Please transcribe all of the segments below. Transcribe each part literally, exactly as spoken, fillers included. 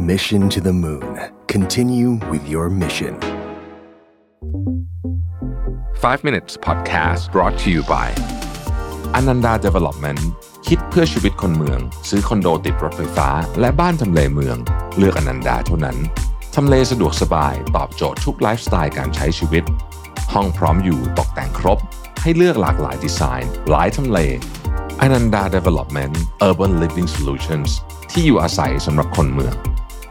Mission to the Moon. Continue with your mission. five minutes podcast brought to you by Ananda Development คิดเพื่อชีวิตคนเมืองซื้อคอนโดติดรถไฟฟ้าและบ้านทำเลเมืองเลือก Ananda เท่านั้นทำเลสะดวกสบายตอบโจทย์ทุกไลฟ์สไตล์การใช้ชีวิตห้องพร้อมอยู่ตกแต่งครบให้เลือกหลากหลายดีไซน์หลายทำเล Ananda Development Urban Living Solutions ที่อยู่อาศัยสำหรับคนเมือง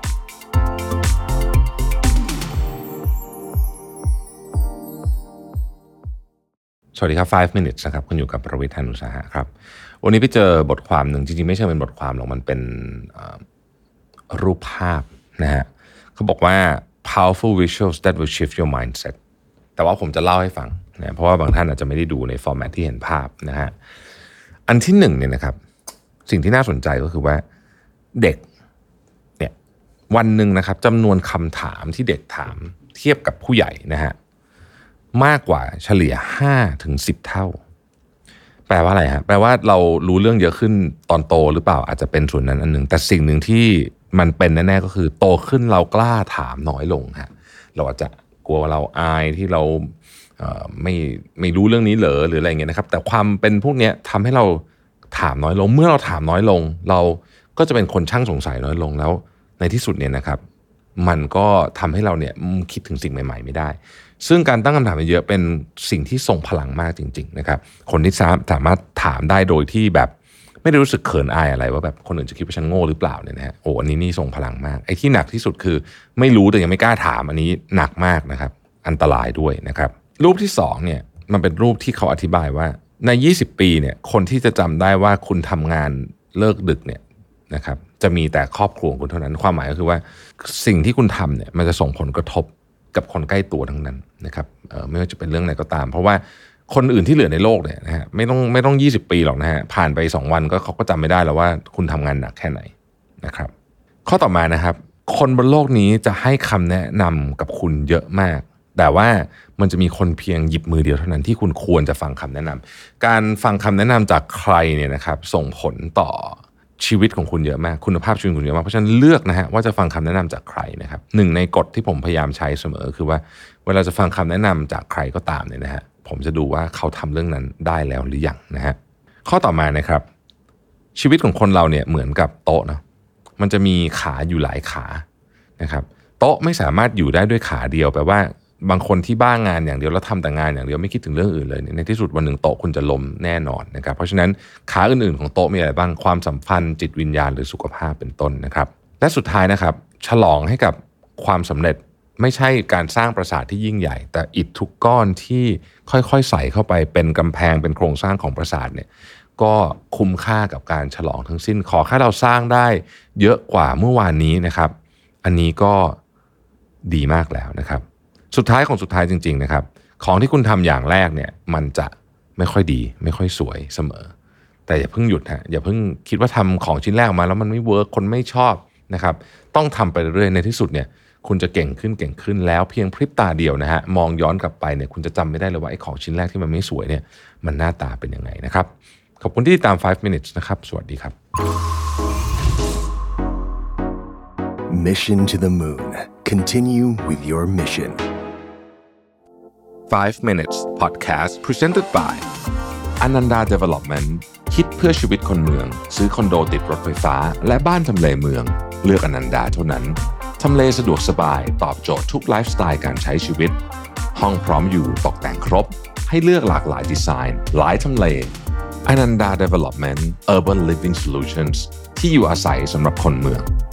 สวัสดีครับfive minutes นะครับคุณอยู่กับประวิทย์ หาญอุตสาหะครับวันนี้ไปเจอบทความหนึ่งจริงๆไม่ใช่เป็นบทความหรอกมันเป็นรูปภาพนะฮะเขาบอกว่า powerful visuals that will shift your mindset แต่ว่าผมจะเล่าให้ฟังนะเพราะว่าบางท่านอาจจะไม่ได้ดูในฟอร์แมตที่เห็นภาพนะฮะอันที่หนึ่งเนี่ยนะครับสิ่งที่น่าสนใจก็คือว่าเด็กเนี่ยวันหนึ่งนะครับจำนวนคำถามที่เด็กถามเทียบกับผู้ใหญ่นะฮะมากกว่าเฉลี่ย ห้าถึงสิบ เท่าแปลว่าอะไรฮะแปลว่าเรารู้เรื่องเยอะขึ้นตอนโตหรือเปล่าอาจจะเป็นส่วนนั้นอันนึงแต่สิ่งหนึ่งที่มันเป็นแน่ๆก็คือโตขึ้นเรากล้าถามน้อยลงฮะเราอาจจะกลัวว่าเราอายที่เราเอ่อไม่ไม่รู้เรื่องนี้เหรอหรืออะไรเงี้ยนะครับแต่ความเป็นพวกเนี้ยทำให้เราถามน้อยลงเมื่อเราถามน้อยลงเราก็จะเป็นคนช่างสงสัยน้อยลงแล้วในที่สุดเนี่ยนะครับมันก็ทำให้เราเนี่ยคิดถึงสิ่งใหม่ๆไม่ได้ซึ่งการตั้งคำถามเยอะเป็นสิ่งที่ทรงพลังมากจริงๆนะครับคนที่สามารถถามได้โดยที่แบบไม่ได้รู้สึกเขินอายอะไรว่าแบบคนอื่นจะคิดว่าฉันโง่หรือเปล่าเนี่ยนะฮะโอ้อันนี้นี่ทรงพลังมากไอ้ที่หนักที่สุดคือไม่รู้แต่ยังไม่กล้าถามอันนี้หนักมากนะครับอันตรายด้วยนะครับรูปที่สองเนี่ยมันเป็นรูปที่เขาอธิบายว่าในยี่สิบปีเนี่ยคนที่จะจำได้ว่าคุณทำงานเลิกดึกเนี่ยนะครับจะมีแต่ครอบครัวของคุณเท่านั้นความหมายก็คือว่าสิ่งที่คุณทำเนี่ยมันจะส่งผลกระทบกับคนใกล้ตัวทั้งนั้นนะครับไม่ว่าจะเป็นเรื่องไหนก็ตามเพราะว่าคนอื่นที่เหลือในโลกเนี่ยนะฮะไม่ต้องไม่ต้องยี่สิบปีหรอกนะฮะผ่านไปสองวันก็เขาก็จำไม่ได้แล้วว่าคุณทำงานหนักแค่ไหนนะครับข้อต่อมานะครับคนบนโลกนี้จะให้คำแนะนำกับคุณเยอะมากแต่ว่ามันจะมีคนเพียงหยิบมือเดียวเท่านั้นที่คุณควรจะฟังคำแนะนำการฟังคำแนะนำจากใครเนี่ยนะครับส่งผลต่อชีวิตของคุณเยอะมากคุณภาพชีวิตของคุณเยอะมากเพราะฉะนั้นเลือกนะฮะว่าจะฟังคำแนะนำจากใครนะครับหนึ่งในกฎที่ผมพยายามใช้เสมอคือว่าเวลาจะฟังคำแนะนำจากใครก็ตามเนี่ยนะฮะผมจะดูว่าเขาทำเรื่องนั้นได้แล้วหรือยังนะฮะข้อต่อมานะครับชีวิตของคนเราเนี่ยเหมือนกับโต๊ะนะมันจะมีขาอยู่หลายขานะครับโต๊ะไม่สามารถอยู่ได้ด้วยขาเดียวแปลว่าบางคนที่บ้างงานอย่างเดียวแล้วทำแต่งานอย่างเดียวไม่คิดถึงเรื่องอื่นเลยในที่สุดวันหนึ่งโต๊ะคุณจะล้มแน่นอนนะครับเพราะฉะนั้นขาอื่นๆของโต๊ะมีอะไรบ้างความสัมพันธ์จิตวิญญาณหรือสุขภาพเป็นต้นนะครับและสุดท้ายนะครับฉลองให้กับความสำเร็จไม่ใช่การสร้างปราสาทที่ยิ่งใหญ่แต่อิฐทุกก้อนที่ค่อยๆใส่เข้าไปเป็นกำแพงเป็นโครงสร้างของปราสาทเนี่ยก็คุ้มค่ากับการฉลองทั้งสิ้นขอแค่เราสร้างได้เยอะกว่าเมื่อวานนี้นะครับอันนี้ก็ดีมากแล้วนะครับสุดท้ายของสุดท้ายจริงๆนะครับของที่คุณทำอย่างแรกเนี่ยมันจะไม่ค่อยดีไม่ค่อยสวยเสมอแต่อย่าเพิ่งหยุดฮะอย่าเพิ่งคิดว่าทำของชิ้นแรกออกมาแล้วมันไม่เวิร์คคนไม่ชอบนะครับต้องทำไปเรื่อยๆในที่สุดเนี่ยคุณจะเก่งขึ้นเก่งขึ้นแล้วเพียงพริบตาเดียวนะฮะมองย้อนกลับไปเนี่ยคุณจะจำไม่ได้เลยว่าไอ้ของชิ้นแรกที่มันไม่สวยเนี่ยมันหน้าตาเป็นยังไงนะครับขอบคุณที่ติดตามfive minutes นะครับสวัสดีครับ Mission to the Moon. Continue with your mission. five minutes podcast presented by Ananda Development คิดเพื่อชีวิตคนเมืองซื้อคอนโดติดรถไฟฟ้าและบ้านทำเลเมืองเลือก Ananda เท่านั้นทำเลสะดวกสบายตอบโจทย์ทุกไลฟ์สไตล์การใช้ชีวิตห้องพร้อมอยู่ตกแต่งครบให้เลือกหลากหลายดีไซน์หลายทำเล Ananda Development Urban Living Solutions ที่อยู่อาศัยสำหรับคนเมือง